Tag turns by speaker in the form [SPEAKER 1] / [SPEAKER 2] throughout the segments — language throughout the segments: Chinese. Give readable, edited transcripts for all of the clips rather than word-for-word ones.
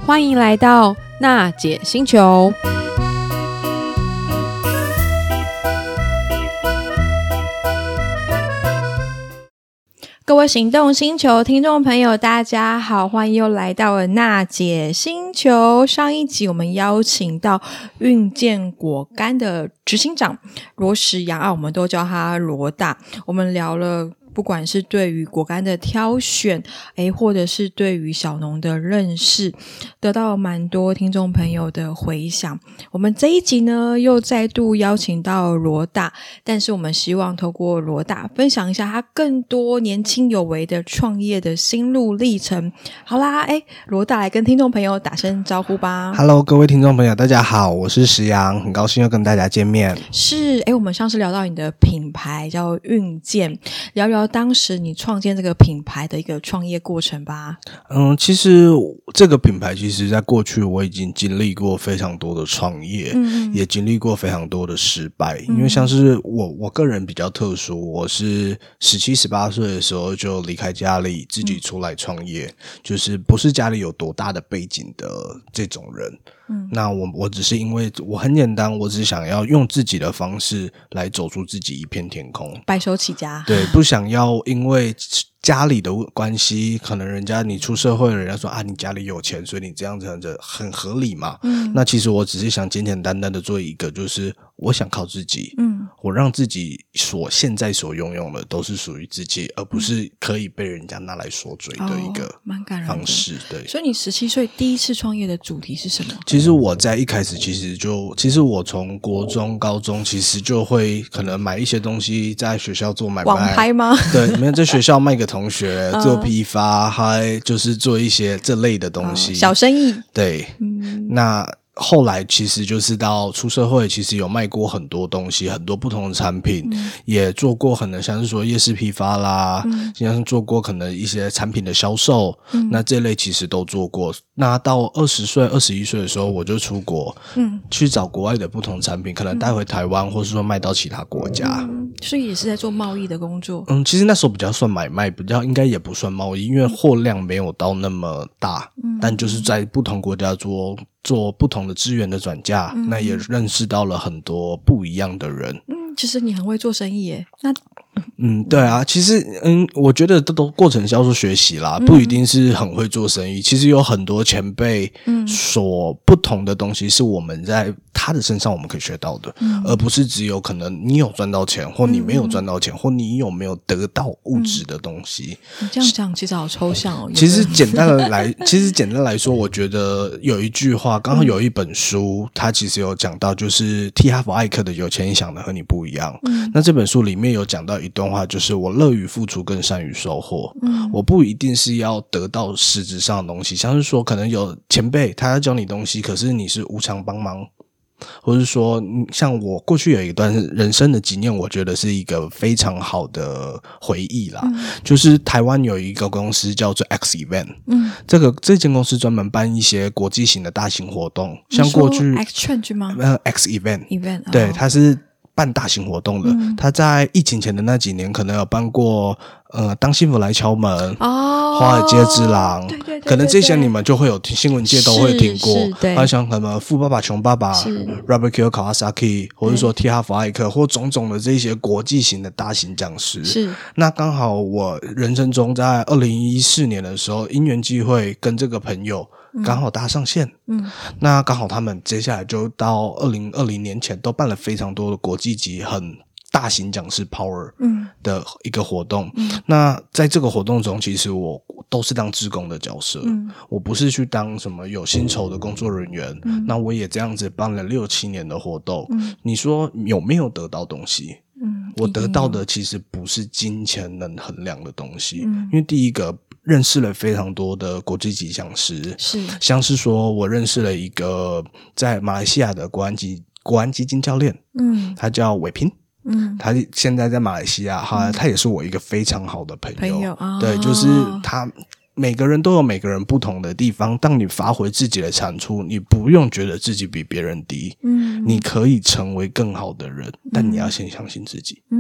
[SPEAKER 1] 欢迎来到娜姐星球。各位行动星球听众朋友大家好，欢迎又来到了娜姐星球。上一集我们邀请到运健果干的执行长罗时阳我们都叫他罗大。我们聊了不管是对于果干的挑选或者是对于小农的认识，得到蛮多听众朋友的回响。我们这一集呢又再度邀请到罗大，但是我们希望透过罗大分享一下他更多年轻有为的创业的心路历程。好啦，罗大来跟听众朋友打声招呼吧。
[SPEAKER 2] Hello， 各位听众朋友大家好，我是时阳，很高兴又跟大家见面。
[SPEAKER 1] 是我们上次聊到你的品牌叫运健，聊聊当时你创建这个品牌的一个创业过程吧。
[SPEAKER 2] 其实这个品牌其实在过去我已经经历过非常多的创业，也经历过非常多的失败。因为像是我个人比较特殊，我是17、18岁的时候就离开家里自己出来创业，就是不是家里有多大的背景的这种人。那我只是因为我很简单，我只想要用自己的方式来走出自己一片天空，
[SPEAKER 1] 白手起家。
[SPEAKER 2] 对，不想要因为家里的关系，可能你出社会了，人家说你家里有钱，所以你这样子很合理嘛。那其实我只是想简简单单的做一个，就是我想靠自己，我让自己现在所拥有的都是属于自己，而不是可以被人家拿来说嘴的一个方式。对，
[SPEAKER 1] 所以你17岁第一次创业的主题是什么？
[SPEAKER 2] 其实我在一开始其实我从国中高中其实就会可能买一些东西在学校做买卖。
[SPEAKER 1] 网拍吗？
[SPEAKER 2] 对，没有在学校卖给同学做批发，还就是做一些这类的东西，
[SPEAKER 1] 小生意。
[SPEAKER 2] 对，那后来其实就是到出社会，其实有卖过很多东西，很多不同的产品，也做过可能像是说夜市批发啦，像是做过可能一些产品的销售，那这类其实都做过。那到20岁、21岁的时候，我就出国，去找国外的不同产品，可能带回台湾，或是说卖到其他国家。
[SPEAKER 1] 所以也是在做贸易的工作。
[SPEAKER 2] 其实那时候比较算买卖，比较应该也不算贸易，因为货量没有到那么大，但就是在不同国家做不同的资源的转嫁，那也认识到了很多不一样的人。
[SPEAKER 1] 其实你很会做生意耶。那
[SPEAKER 2] 对啊，其实我觉得都过程叫做学习啦，不一定是很会做生意。其实有很多前辈所不同的东西是我们在他的身上我们可以学到的，而不是只有可能你有赚到钱，或你没有赚到钱，或你有没有得到物质的东西。
[SPEAKER 1] 你这样讲其实好抽象哦。
[SPEAKER 2] 其实简单来说，我觉得有一句话，刚好有一本书，它其实有讲到，就是蒂哈弗艾克的有钱人想的和你不一样。那这本书里面有讲到一段话，就是我乐于付出更善于收获。我不一定是要得到实质上的东西，像是说可能有前辈他要教你东西，可是你是无偿帮忙，或是说像我过去有一段人生的经验，我觉得是一个非常好的回忆啦。就是台湾有一个公司叫做 X Event，这间公司专门办一些国际型的大型活动，像过去
[SPEAKER 1] Exchange 吗
[SPEAKER 2] ？X Event， 对，它是办大型活动的。他在疫情前的那几年可能有办过当幸福来敲门，华尔街之狼，对，可能这些你们就会有新闻界都会听过。还像什么富爸爸穷爸爸 Robert Kiyosaki， 或者说蒂哈弗艾克，或种种的这些国际型的大型讲师。是，那刚好我人生中在2014年的时候因缘际会跟这个朋友刚好搭上线，那刚好他们接下来就到2020年前都办了非常多的国际级很大型讲师 Power 的一个活动。那在这个活动中，其实我都是当志工的角色，我不是去当什么有薪酬的工作人员。那我也这样子办了6、7年的活动。你说有没有得到东西？我得到的其实不是金钱能衡量的东西，因为第一个认识了非常多的国际级讲师，像是说我认识了一个在马来西亚的国安基金教练，他叫伟平，他现在在马来西亚，他也是我一个非常好的朋友，对，就是他每个人都有每个人不同的地方，当你发挥自己的产出，你不用觉得自己比别人低，你可以成为更好的人，但你要先相信自己。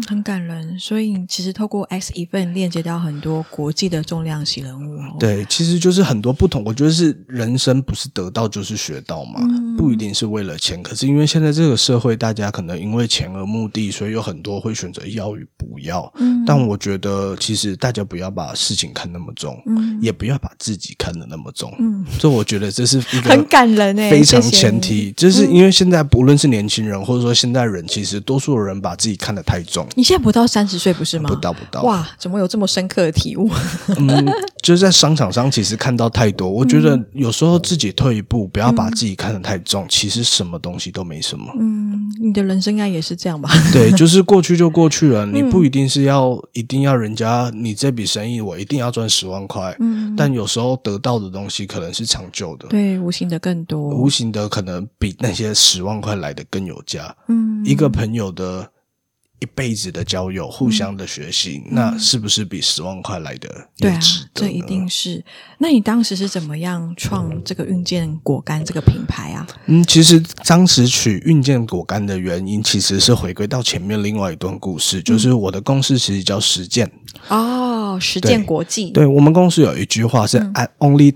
[SPEAKER 1] 很感人。所以其实透过 X Event 链接到很多国际的重量级人物。
[SPEAKER 2] 对，其实就是很多不同，我觉得是人生不是得到就是学到嘛，不一定是为了钱，可是因为现在这个社会大家可能因为钱而目的，所以有很多会选择要与不要。但我觉得其实大家不要把事情看那么重，也不要把自己看得那么重。所以我觉得这是一个
[SPEAKER 1] 很感人
[SPEAKER 2] 非常前提，就是因为现在不论是年轻人或者说现代人，其实多数人把自己看得太重。
[SPEAKER 1] 你现在不到30岁不是吗？
[SPEAKER 2] 不到。
[SPEAKER 1] 哇，怎么有这么深刻的体悟？
[SPEAKER 2] 就是在商场上其实看到太多，我觉得有时候自己退一步，不要把自己看得太重，其实什么东西都没什么。
[SPEAKER 1] 你的人生应该也是这样吧？
[SPEAKER 2] 对，就是过去就过去了，你不一定是一定要人家你这笔生意我一定要赚10万块，但有时候得到的东西可能是长久的，
[SPEAKER 1] 对，无形的更多，
[SPEAKER 2] 无形的可能比那些10万块来的更有价。一个朋友的一辈子的交友，互相的学习，那是不是比10万块来的
[SPEAKER 1] 对啊，这一定是。那你当时是怎么样创这个运健果干这个品牌啊？
[SPEAKER 2] 其实当时取运健果干的原因，其实是回归到前面另外一段故事，就是我的公司其实叫实践。
[SPEAKER 1] 实践国际。
[SPEAKER 2] 对，我们公司有一句话是 only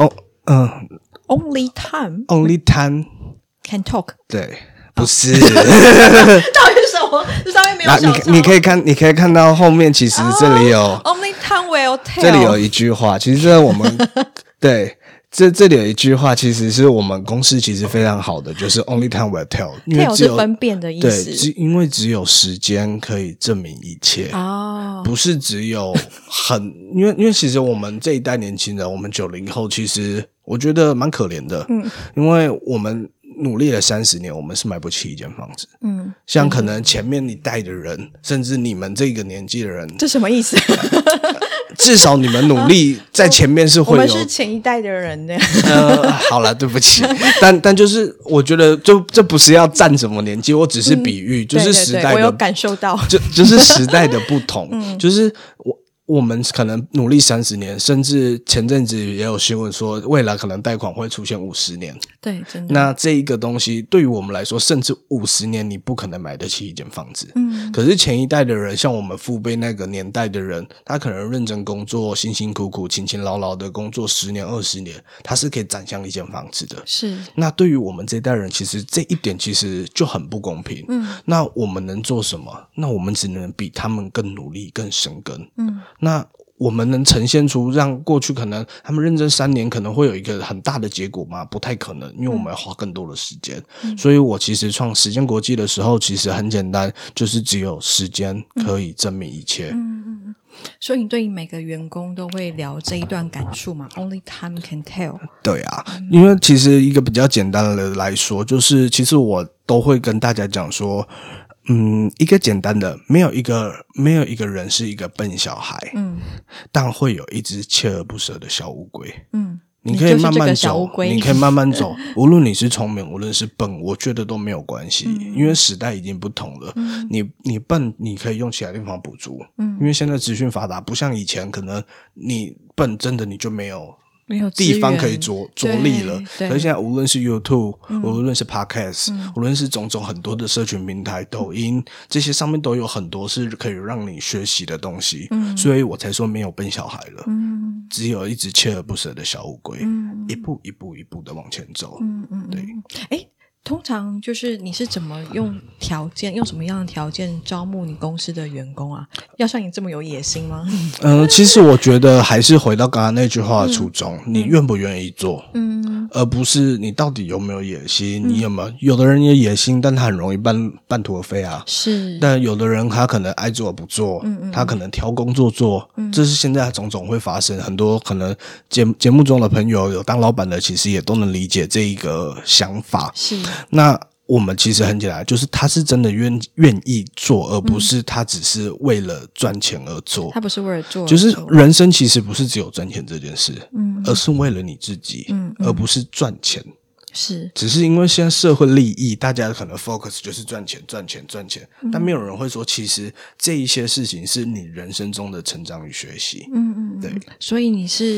[SPEAKER 2] time
[SPEAKER 1] can talk。
[SPEAKER 2] 对，不是。
[SPEAKER 1] 到底是什么？这上面没有小抄。
[SPEAKER 2] 你可以看到后面，其实这里有
[SPEAKER 1] only time will tell。
[SPEAKER 2] 这里有一句话，其实这我们对。这里有一句话，其实是我们公司其实非常好的，就是 only time will tell， 因为只有
[SPEAKER 1] 分辨的意思。
[SPEAKER 2] 对，因为只有时间可以证明一切。不是只有因为其实我们这一代年轻人，我们90后，其实我觉得蛮可怜的。因为我们努力了30年，我们是买不起一间房子。像可能前面一代的人，甚至你们这个年纪的人，
[SPEAKER 1] 这什么意思？
[SPEAKER 2] 至少你们努力在前面是会有。
[SPEAKER 1] 我们是前一代的人呢。
[SPEAKER 2] 好了，对不起，但就是我觉得这不是要占什么年纪，我只是比喻，就是时代的，
[SPEAKER 1] 我有感受到，
[SPEAKER 2] 就是时代的不同，就是我们可能努力30年，甚至前阵子也有新闻说，未来可能贷款会出现50年。
[SPEAKER 1] 对，真的。
[SPEAKER 2] 那这一个东西对于我们来说，甚至50年你不可能买得起一间房子。可是前一代的人，像我们父辈那个年代的人，他可能认真工作，辛辛苦苦、勤勤劳劳的工作10年、20年，他是可以攒下一间房子的。
[SPEAKER 1] 是。那
[SPEAKER 2] 对于我们这一代人，其实这一点其实就很不公平。那我们能做什么？那我们只能比他们更努力、更深耕。那我们能呈现出让过去可能他们认真3年可能会有一个很大的结果吗？不太可能，因为我们要花更多的时间。所以我其实创实践国际的时候，其实很简单，就是只有时间可以证明一切。
[SPEAKER 1] 所以你对每个员工都会聊这一段感触吗？ Only time can tell。 对
[SPEAKER 2] 啊，因为其实一个比较简单的来说，就是其实我都会跟大家讲说，一个简单的，没有一个人是一个笨小孩，但会有一只锲而不舍的小乌龟。你可以慢慢走，你可以慢慢走，无论你是聪明，无论是笨，我觉得都没有关系，因为时代已经不同了。你笨，你可以用其他地方补足，因为现在资讯发达，不像以前，可能你笨，真的你就没有地方可以着力了。可是现在无论是 YouTube，无论是 Podcast，无论是种种很多的社群平台，抖音，这些上面都有很多是可以让你学习的东西。所以我才说没有笨小孩了，只有一只锲而不舍的小乌龟，一步一步一步的往前走。对。
[SPEAKER 1] 通常就是你是怎么用什么样的条件招募你公司的员工啊？要像你这么有野心吗？
[SPEAKER 2] 其实我觉得还是回到刚刚那句话的初衷，你愿不愿意做，而不是你到底有没有野心，你有的人有野心，但他很容易半途而废啊。
[SPEAKER 1] 是，
[SPEAKER 2] 但有的人他可能爱做不做，他可能挑工作做，这是现在种种会发生。很多可能节目中的朋友有当老板的，其实也都能理解这一个想法。
[SPEAKER 1] 是。
[SPEAKER 2] 那我们其实很简单，就是他是真的愿意做，而不是他只是为了赚钱而做。
[SPEAKER 1] 他不是为了做，
[SPEAKER 2] 就是人生其实不是只有赚钱这件事，而是为了你自己，而不是赚钱。
[SPEAKER 1] 是，
[SPEAKER 2] 只是因为现在社会利益，大家可能 focus 就是赚钱，但没有人会说，其实这一些事情是你人生中的成长与学习。对，
[SPEAKER 1] 所以你是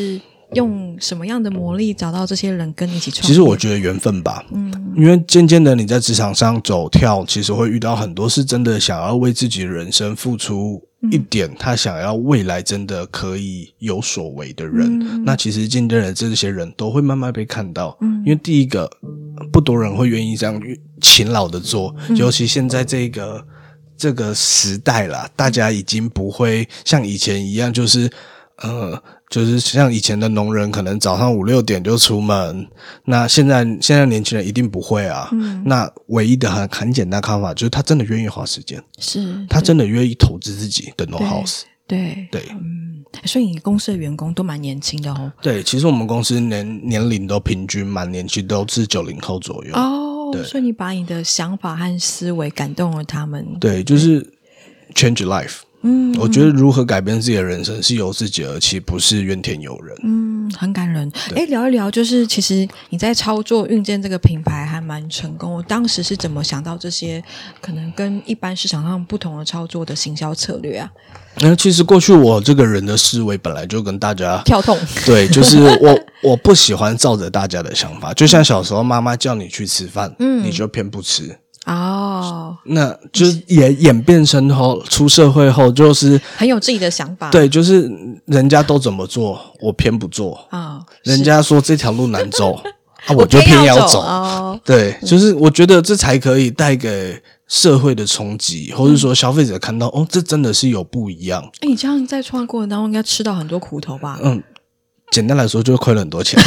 [SPEAKER 1] 用什么样的魔力找到这些人跟你一起创业？
[SPEAKER 2] 其实我觉得缘分吧，因为渐渐的你在职场上走跳，其实会遇到很多是真的想要为自己的人生付出一点，他想要未来真的可以有所为的人，那其实渐渐的这些人都会慢慢被看到，因为第一个不多人会愿意这样勤劳的做，尤其现在这个时代啦，大家已经不会像以前一样，就是像以前的农人可能早上5、6点就出门，那现在年轻人一定不会啊。那唯一的很简单看法就是他真的愿意花时间，
[SPEAKER 1] 是
[SPEAKER 2] 他真的愿意投资自己的 know house。
[SPEAKER 1] 对，所以你公司的员工都蛮年轻的哦。
[SPEAKER 2] 对，其实我们公司年龄都平均蛮年轻，都是90后左右。
[SPEAKER 1] 对，所以你把你的想法和思维感动了他们。
[SPEAKER 2] 对，就是 change life。我觉得如何改变自己的人生是由自己而起，不是怨天尤人。
[SPEAKER 1] 很感人。聊一聊，就是其实你在操作运健这个品牌还蛮成功。我当时是怎么想到这些可能跟一般市场上不同的操作的行销策略啊？
[SPEAKER 2] 其实过去我这个人的思维本来就跟大家
[SPEAKER 1] 跳痛，对，
[SPEAKER 2] 就是我不喜欢照着大家的想法，就像小时候妈妈叫你去吃饭，你就偏不吃。那就也演变成后出社会后就是
[SPEAKER 1] 很有自己的想法。
[SPEAKER 2] 对，就是人家都怎么做，我偏不做人家说这条路难走我就偏要走对，就是我觉得这才可以带给社会的冲击，或者说消费者看到这真的是有不一样。
[SPEAKER 1] 你这样在创业过程当中应该吃到很多苦头吧？
[SPEAKER 2] 简单来说就亏了很多钱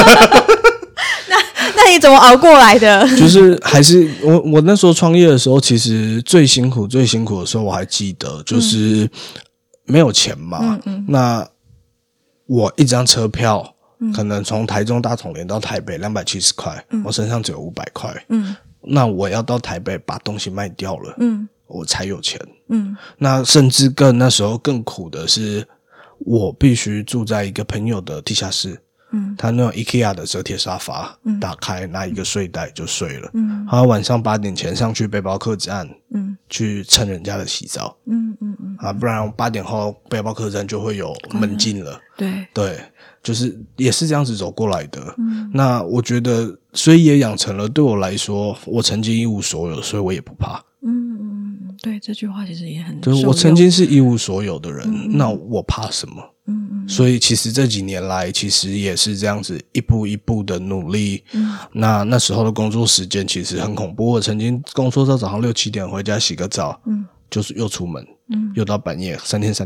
[SPEAKER 1] 那你怎么熬过来的？
[SPEAKER 2] 就是还是我那时候创业的时候，其实最辛苦的时候我还记得，就是没有钱嘛。那我一张车票可能从台中大统联到台北270块，我身上只有500块。那我要到台北把东西卖掉了，我才有钱。那甚至那时候更苦的是，我必须住在一个朋友的地下室。他那种 IKEA 的折叠沙发，打开拿一个睡袋就睡了。他晚上8点前上去背包客栈，去蹭人家的洗澡。不然8点后背包客栈就会有门禁了。对，就是也是这样子走过来的。那我觉得，所以也养成了对我来说，我曾经一无所有，所以我也不怕。
[SPEAKER 1] 对，这句话其实也很
[SPEAKER 2] 就是我曾经是一无所有的人，那我怕什么？所以其实这几年来其实也是这样子一步一步的努力。那时候的工作时间其实很恐怖，我曾经工作到早上6、7点回家洗个澡，就是又出门，又到半夜3天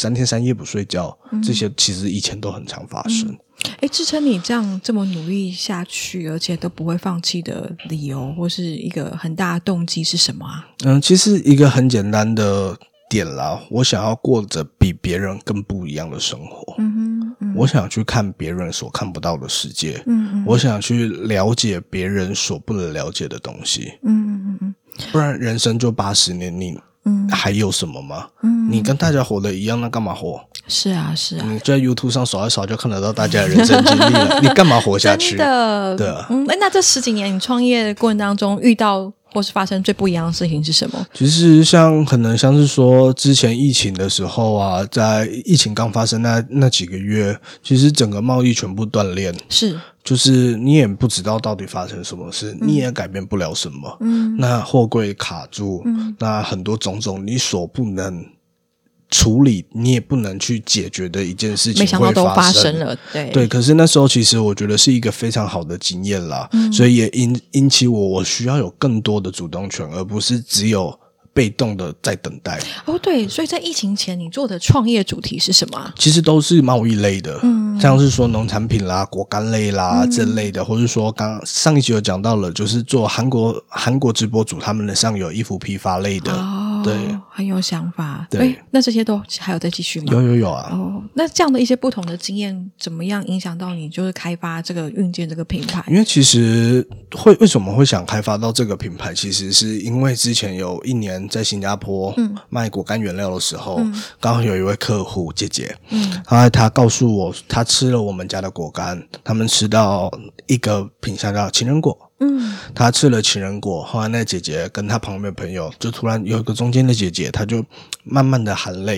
[SPEAKER 2] 3夜不睡觉，这些其实以前都很常发生。
[SPEAKER 1] 支撑你这么努力下去而且都不会放弃的理由或是一个很大的动机是什么啊？
[SPEAKER 2] 其实一个很简单的点啦，我想要过着比别人更不一样的生活。我想去看别人所看不到的世界。我想去了解别人所不能了解的东西。不然人生就80年，你还有什么吗？你跟大家活的一样，那干嘛活？
[SPEAKER 1] 是啊，
[SPEAKER 2] 你在 YouTube 上扫一扫就看得到大家的人生经历了，你干嘛活下去？
[SPEAKER 1] 真的，
[SPEAKER 2] 对啊。
[SPEAKER 1] 那这10几年你创业的过程当中遇到或是发生最不一样的事情是什么？
[SPEAKER 2] 其实可能像是说之前疫情的时候啊，在疫情刚发生那几个月，其实整个贸易全部断裂。就是你也不知道到底发生什么事，你也改变不了什么。那货柜卡住，那很多种种你所不能处理，你也不能去解决的一件事情，
[SPEAKER 1] 没想到都发生了。对，
[SPEAKER 2] 可是那时候其实我觉得是一个非常好的经验啦。所以也引起我需要有更多的主动权，而不是只有被动的在等待。
[SPEAKER 1] 对，所以在疫情前你做的创业主题是什么？
[SPEAKER 2] 其实都是贸易类的。像是说农产品啦、果干类啦这类的，或是说刚上一集有讲到了，就是做韩国直播主他们的上游衣服批发类的。对，
[SPEAKER 1] 很有想法。
[SPEAKER 2] 对，
[SPEAKER 1] 那这些都还有在继续吗？
[SPEAKER 2] 有啊。
[SPEAKER 1] 那这样的一些不同的经验怎么样影响到你就是开发这个运健这个品牌？
[SPEAKER 2] 因为其实为什么会想开发到这个品牌，其实是因为之前有1年在新加坡卖果干原料的时候，刚好有一位客户姐姐，她告诉我她吃了我们家的果干，他们吃到一个品项叫情人果。她吃了情人果，后来那姐姐跟她旁边的朋友就突然有一个中间的姐姐，她就慢慢的含泪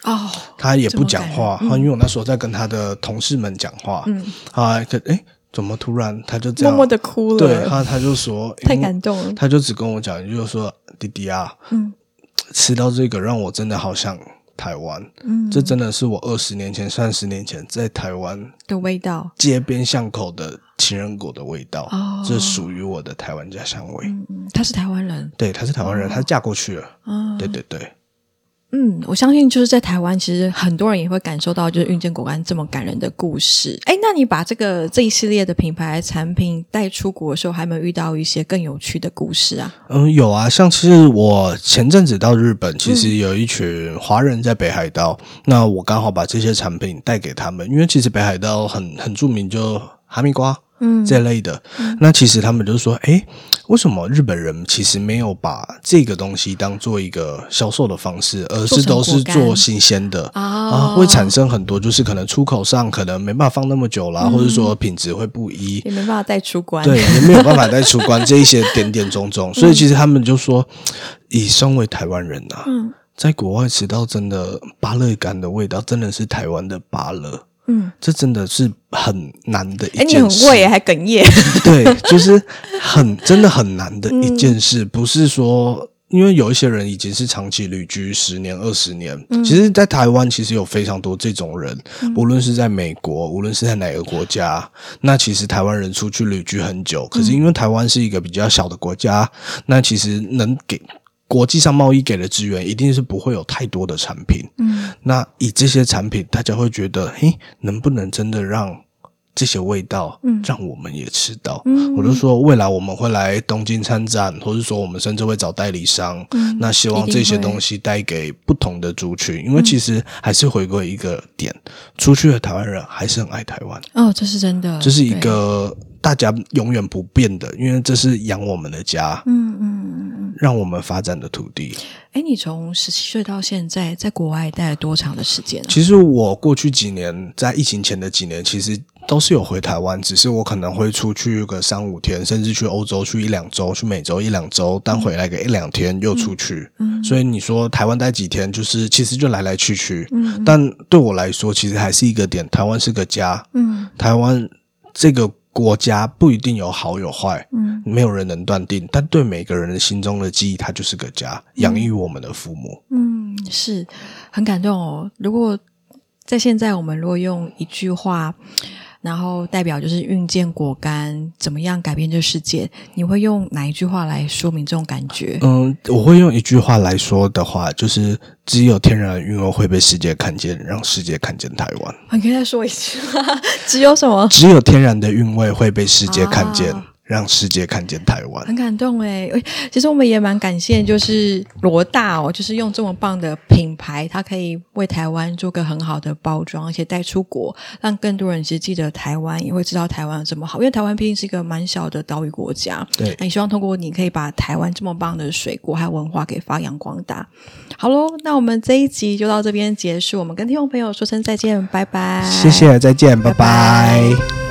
[SPEAKER 2] 他也不讲话，因为我那时候在跟他的同事们讲话，怎么突然他就这样
[SPEAKER 1] 默默的哭了？
[SPEAKER 2] 对，他就说
[SPEAKER 1] 太感动了，
[SPEAKER 2] 他就只跟我讲一句，就说弟弟啊，吃到这个让我真的好想台湾，这真的是我20年前30年前在台湾
[SPEAKER 1] 的味道，
[SPEAKER 2] 街边巷口的情人果的味道，这属于我的台湾家乡味。
[SPEAKER 1] 他是台湾人，
[SPEAKER 2] 对，他是台湾人，他嫁过去了，对对对。
[SPEAKER 1] 我相信就是在台湾，其实很多人也会感受到就是运健果干这么感人的故事。那你把这一系列的品牌产品带出国的时候，还有没有遇到一些更有趣的故事啊？
[SPEAKER 2] 有啊，像其实我前阵子到日本，其实有一群华人在北海道，那我刚好把这些产品带给他们，因为其实北海道很著名，就哈密瓜这类的，那其实他们就说为什么日本人其实没有把这个东西当做一个销售的方式，而是都是做新鲜的会产生很多就是可能出口上可能没办法放那么久啦，或者说品质会不一，
[SPEAKER 1] 也没办法带出关，
[SPEAKER 2] 对，也没有办法带出关这一些点点种种，所以其实他们就说以身为台湾人啊，在国外吃到真的芭乐干的味道，真的是台湾的芭乐，这真的是很难的一件事。
[SPEAKER 1] 你很会还哽咽。
[SPEAKER 2] 对，就是真的很难的一件事，不是说因为有一些人已经是长期旅居10年20年，其实在台湾其实有非常多这种人，无论是在美国，无论是在哪个国家，那其实台湾人出去旅居很久，可是因为台湾是一个比较小的国家，那其实能给国际上贸易给的资源一定是不会有太多的产品，那以这些产品大家会觉得能不能真的让这些味道让我们也吃到，我就说未来我们会来东京参展，或是说我们甚至会找代理商，那希望这些东西带给不同的族群，因为其实还是回归一个点，出去的台湾人还是很爱台湾，
[SPEAKER 1] 这是真的，
[SPEAKER 2] 这是一个大家永远不变的，因为这是养我们的家，让我们发展的土地。
[SPEAKER 1] 你从17岁到现在在国外待了多长的时间啊？
[SPEAKER 2] 其实我过去几年在疫情前的几年其实都是有回台湾，只是我可能会出去个3-5天，甚至去欧洲去1-2周，去美洲1-2周，但回来个1-2天又出去，所以你说台湾待几天，就是其实就来来去去，但对我来说其实还是一个点，台湾是个家，台湾这个国家不一定有好有坏，没有人能断定，但对每个人的心中的记忆，它就是个家，养育我们的父母。
[SPEAKER 1] 是很感动哦。如果在现在我们如果用一句话，然后代表就是运健果干怎么样改变这世界，你会用哪一句话来说明这种感觉？
[SPEAKER 2] 我会用一句话来说的话，就是只有天然的韵味会被世界看见，让世界看见台湾。
[SPEAKER 1] 你可以再说一次只有什么？
[SPEAKER 2] 只有天然的韵味会被世界看见，让世界看见台湾。
[SPEAKER 1] 很感动耶。其实我们也蛮感谢就是罗大就是用这么棒的品牌，它可以为台湾做个很好的包装，而且带出国，让更多人其实记得台湾，也会知道台湾有这么好，因为台湾毕竟是一个蛮小的岛屿国家。
[SPEAKER 2] 对，
[SPEAKER 1] 那也希望通过你可以把台湾这么棒的水果还有文化给发扬光大。好咯，那我们这一集就到这边结束，我们跟听众朋友说声再见，拜拜。
[SPEAKER 2] 谢谢，再见，拜拜。